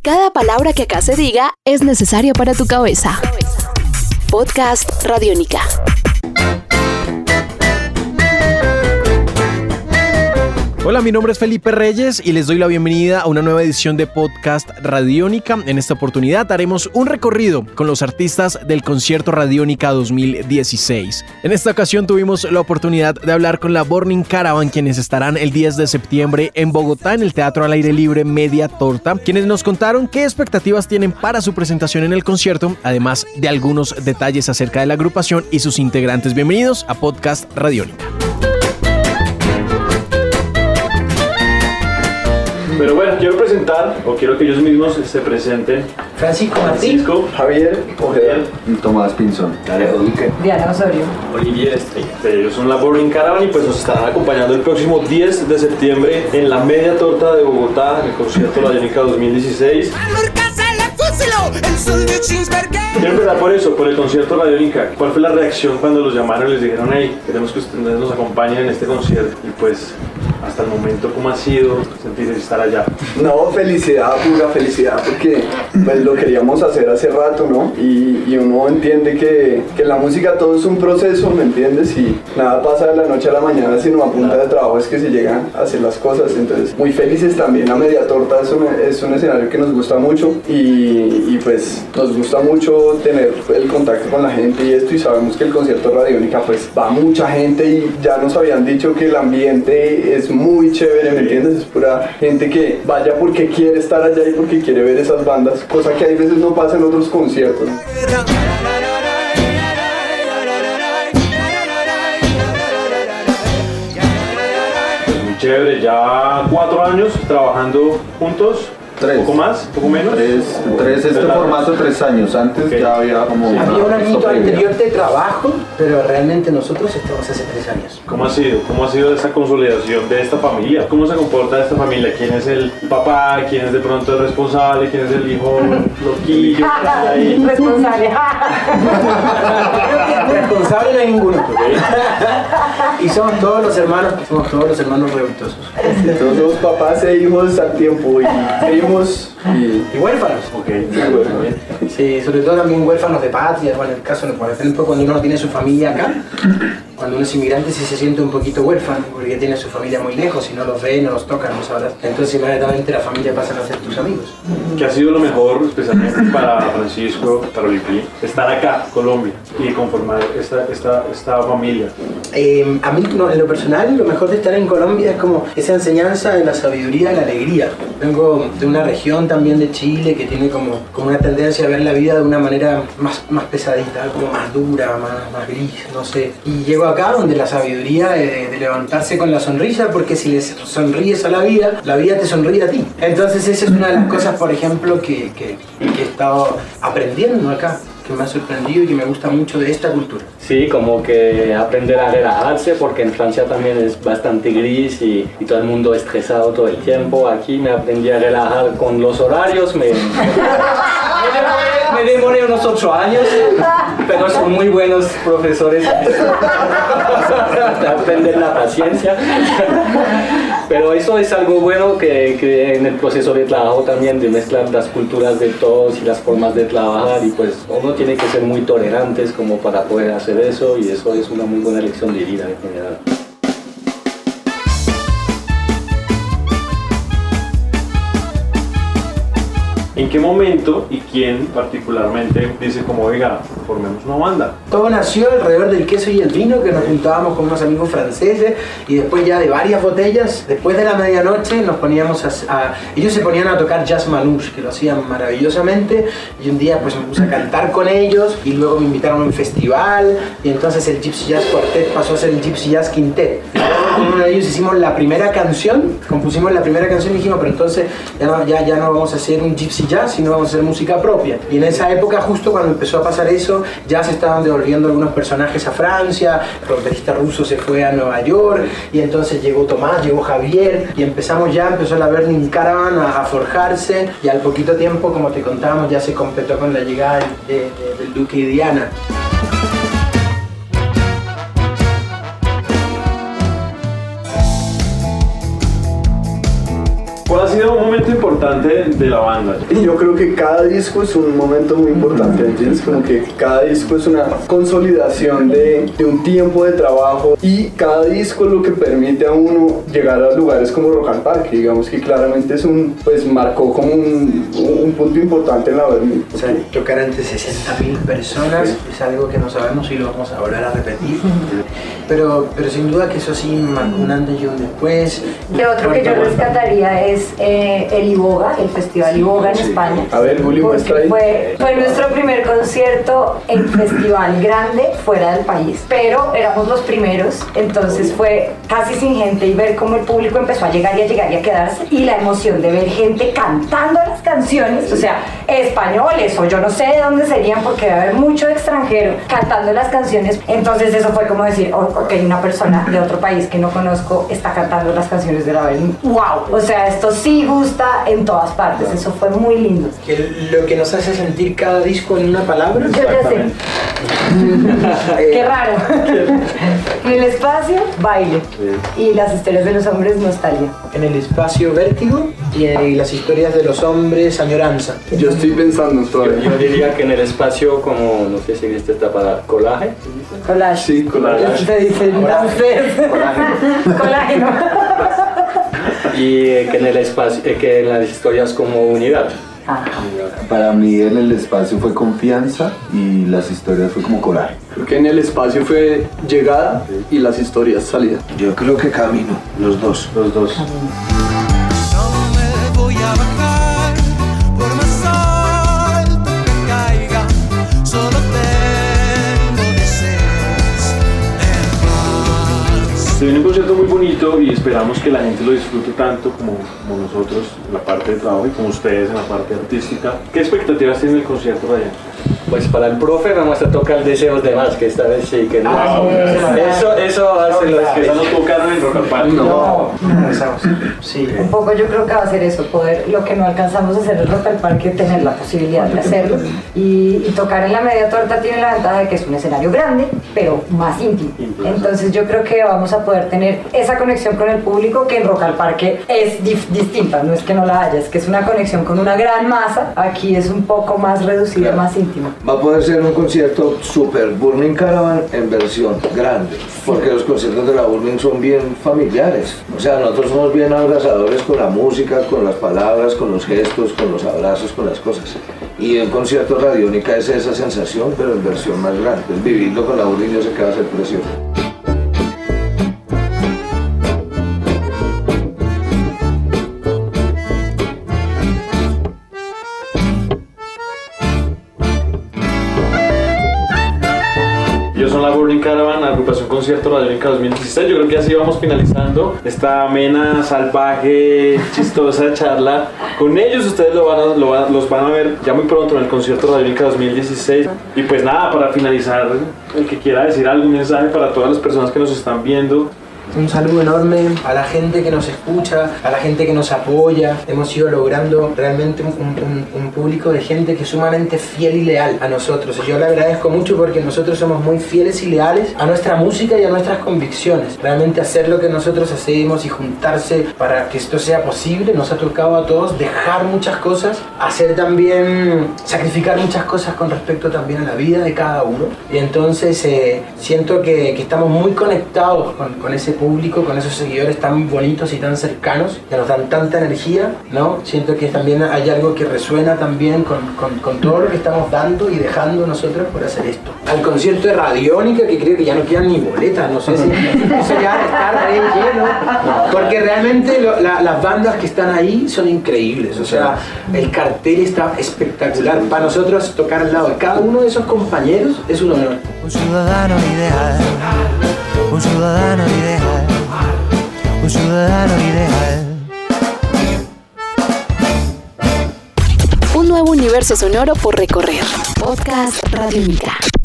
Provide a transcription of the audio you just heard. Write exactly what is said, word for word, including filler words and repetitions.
Cada palabra que acá se diga es necesaria para tu cabeza. Podcast Radiónica. Hola, mi nombre es Felipe Reyes y les doy la bienvenida a una nueva edición de Podcast Radiónica. En esta oportunidad haremos un recorrido con los artistas del Concierto Radiónica dos mil dieciséis. En esta ocasión tuvimos la oportunidad de hablar con la Burning Caravan, quienes estarán el diez de septiembre en Bogotá en el Teatro al Aire Libre Media Torta, quienes nos contaron qué expectativas tienen para su presentación en el concierto, además de algunos detalles acerca de la agrupación y sus integrantes. Bienvenidos a Podcast Radiónica. Pero bueno, quiero presentar, o quiero que ellos mismos se presenten. Francisco Martín, Francisco, Javier Ojeda y Tomás Pinzón. Diana Osorio, Olivier Estrella. Ellos son la Burning Caravan y pues nos estarán acompañando el próximo diez de septiembre en la Media Torta de Bogotá, en el Concierto Radiónica dos mil dieciséis. Quiero empezar por eso, por el Concierto Radiónica. ¿Cuál fue la reacción cuando los llamaron y les dijeron, hey, queremos que ustedes nos acompañen en este concierto? Y pues, hasta el momento, ¿cómo ha sido sentir estar allá? No, felicidad, pura felicidad, porque pues lo queríamos hacer hace rato, ¿no? Y, y uno entiende que, que en la música todo es un proceso, ¿me entiendes? Y nada pasa de la noche a la mañana, sino a punta de trabajo es que se llegan a hacer las cosas. Entonces, muy felices también. La Media Torta es un, es un escenario que nos gusta mucho y, y pues nos gusta mucho tener el contacto con la gente y esto, y sabemos que el Concierto Radiónica pues va mucha gente y ya nos habían dicho que el ambiente es muy chévere, ¿me entiendes? Es pura gente que vaya porque quiere estar allá y porque quiere ver esas bandas, cosa que hay veces no pasa en otros conciertos. Pues muy chévere, ya cuatro años trabajando juntos. Tres. ¿Un poco más? ¿Un poco menos? Tres, tres este Tres formato, tres años. Antes okay. ya había como una... Había un añito previa. anterior de trabajo, pero realmente nosotros estamos hace tres años. ¿Cómo ha sido? ¿Cómo ha sido esa consolidación de esta familia? ¿Cómo se comporta esta familia? ¿Quién es el papá? ¿Quién es de pronto el responsable? ¿Quién es el hijo loquillo? Ahí. Responsable. Responsable no hay ninguno. Y somos todos los hermanos, somos todos los hermanos revoltosos. Todos somos papás e hijos al tiempo y primos y... Y huérfanos. Ok, Sí, bueno. Sí, sobre todo también huérfanos de patria. Bueno, en el caso, por ejemplo, cuando uno no tiene su familia acá, cuando uno es inmigrante sí se siente un poquito huérfano, porque tiene su familia muy lejos y no los ve, no los toca, no sabrás. Entonces inmediatamente la familia pasa a ser tus amigos. ¿Qué ha sido lo mejor, especialmente para Francisco, para Olivier, estar acá, Colombia, y conformar esta, esta, esta familia? Eh, a mí, no, en lo personal, lo mejor de estar en Colombia es como esa enseñanza de la sabiduría y la alegría. Vengo de una región también de Chile que tiene como, como una tendencia a ver la vida de una manera más, más pesadita, como más dura, más, más gris, no sé. Y llego acá donde la sabiduría de, de levantarse con la sonrisa, porque si le sonríes a la vida, la vida te sonríe a ti. Entonces esa es una de las cosas, por ejemplo, que, que, que he estado aprendiendo acá, que me ha sorprendido y que me gusta mucho de esta cultura. Sí, como que aprender a relajarse, porque en Francia también es bastante gris y, y todo el mundo estresado todo el tiempo. Aquí me aprendí a relajar con los horarios, me, me, demoré, me demoré unos ocho años, pero son muy buenos profesores de aprender la paciencia. Pero eso es algo bueno que, que en el proceso de trabajo también, de mezclar las culturas de todos y las formas de trabajar, y pues uno tiene que ser muy tolerantes como para poder hacer eso, y eso es una muy buena lección de vida en general. ¿En qué momento y quién particularmente dice como, oiga, formemos una banda? Todo nació alrededor del queso y el vino, que nos juntábamos con unos amigos franceses y después ya de varias botellas, después de la medianoche nos poníamos a... a ellos se ponían a tocar jazz manouche, que lo hacían maravillosamente, y un día pues me puse a cantar con ellos y luego me invitaron a un festival y entonces el Gypsy Jazz Quartet pasó a ser el Gypsy Jazz Quintet. Y luego con uno de ellos hicimos la primera canción, compusimos la primera canción y dijimos, pero entonces ya no, ya, ya no vamos a hacer un Gypsy Jazz, sino vamos a hacer música propia. Y en esa época, justo cuando empezó a pasar eso, ya se estaban devolviendo algunos personajes a Francia, el trompetista ruso se fue a Nueva York, y entonces llegó Tomás, llegó Javier, y empezamos ya, empezó la Burning Caravan a, a forjarse, y al poquito tiempo, como te contábamos, ya se completó con la llegada de, de, del Duque y Diana. ¿Cuál ha sido un momento importante de la banda. Y yo creo que cada disco es un momento muy importante, ¿entiendes? Como que cada disco es una consolidación de, de un tiempo de trabajo y cada disco es lo que permite a uno llegar a lugares como Rock al Parque, digamos que claramente es un, pues marcó como un, un punto importante en la Berlín. O sea, tocar ante sesenta mil personas sí. Es algo que no sabemos si lo vamos a volver a repetir. Pero, pero sin duda que eso sí marcó un antes y un después. De otro que yo rescataría es eh, el Iboga, el Festival Iboga en sí. España. A ver, Juli, muestra ahí. Fue, fue nuestro primer concierto en festival grande fuera del país, pero éramos los primeros, entonces fue casi sin gente y ver cómo el público empezó a llegar y a llegar y a quedarse y la emoción de ver gente cantando las canciones, o sea, españoles o yo no sé de dónde serían porque debe haber mucho extranjero cantando las canciones, entonces eso fue como decir, oh, ok, una persona de otro país que no conozco está cantando las canciones de la Berlín, wow, o sea, esto sí gusta en todas partes, eso fue muy lindo. Que lo que nos hace sentir cada disco en una palabra. Yo ya sé. Qué raro. En el espacio, baile. Y las historias de los hombres, nostalgia. En el espacio, vértigo. Y en las historias de los hombres, añoranza. Yo estoy pensando todavía. Yo, yo diría que en el espacio, como no sé si viste esta palabra, colaje. Collage. Sí, colaje. Se dice colágeno. Y eh, que en el espacio, eh, que en las historias como unidad. Ah. Para mí en el espacio fue confianza y las historias fue como coraje. Creo que en el espacio fue llegada y las historias salida. Yo creo que camino, los dos. Los dos. No me voy a bajar por más alto que caiga, solo tengo deseos en paz. Se viene un concierto muy bonito y esperamos que la gente lo disfrute tanto como, como nosotros en la parte de trabajo y como ustedes en la parte artística. ¿Qué expectativas tiene el concierto, Ryan? Pues para el profe vamos a tocar Deseos de Más, que esta vez sí que no. Ah, eso, eso hace no, los ya, que Esa no tocaron en Rock al Parque. No, no, estamos. Sí. Un poco yo creo que va a ser eso, poder, lo que no alcanzamos a hacer en Rock al Parque, tener la posibilidad de hacerlo. Y, y tocar en la media torta tiene la ventaja de que es un escenario grande, pero más íntimo. Entonces yo creo que vamos a poder tener esa conexión con el público que en Rock al Parque es dif- distinta, no es que no la haya, es que es una conexión con una gran masa, aquí es un poco más reducida, Claro. más íntima. Va a poder ser un concierto super Burning Caravan en versión grande, porque los conciertos de la Burning son bien familiares. O sea, nosotros somos bien abrazadores con la música, con las palabras, con los gestos, con los abrazos, con las cosas. Y un concierto Radiónica es esa sensación, pero en versión más grande. Entonces, vivirlo con la Burning yo sé que va a ser precioso. Ellos son la Burning Caravan, agrupación Concierto Radiónica dos mil dieciséis. Yo creo que así vamos finalizando esta amena, salvaje, chistosa charla con ellos. Ustedes lo van a, lo van, los van a ver ya muy pronto en el Concierto Radiónica dos mil dieciséis. Y pues nada, para finalizar, el que quiera decir algún mensaje para todas las personas que nos están viendo. Un saludo enorme a la gente que nos escucha, a la gente que nos apoya. Hemos ido logrando realmente un, un, un público de gente que es sumamente fiel y leal a nosotros. Y yo le agradezco mucho porque nosotros somos muy fieles y leales a nuestra música y a nuestras convicciones. Realmente hacer lo que nosotros hacemos y juntarse para que esto sea posible nos ha tocado a todos dejar muchas cosas, hacer también, sacrificar muchas cosas con respecto también a la vida de cada uno. Y entonces eh, siento que, que estamos muy conectados con, con ese público, con esos seguidores tan bonitos y tan cercanos, que nos dan tanta energía, ¿no? Siento que también hay algo que resuena también con, con, con todo lo que estamos dando y dejando nosotros por hacer esto. Al concierto de Radiónica, que creo que ya no quedan ni boletas, no sé si eso ya está re lleno, porque realmente lo, la, las bandas que están ahí son increíbles, o sea, el cartel está espectacular. Para nosotros tocar al lado de cada uno de esos compañeros es un honor. Un ciudadano ideal, un ciudadano ideal, un ciudadano ideal. Un nuevo universo sonoro por recorrer. Podcast Radiónica.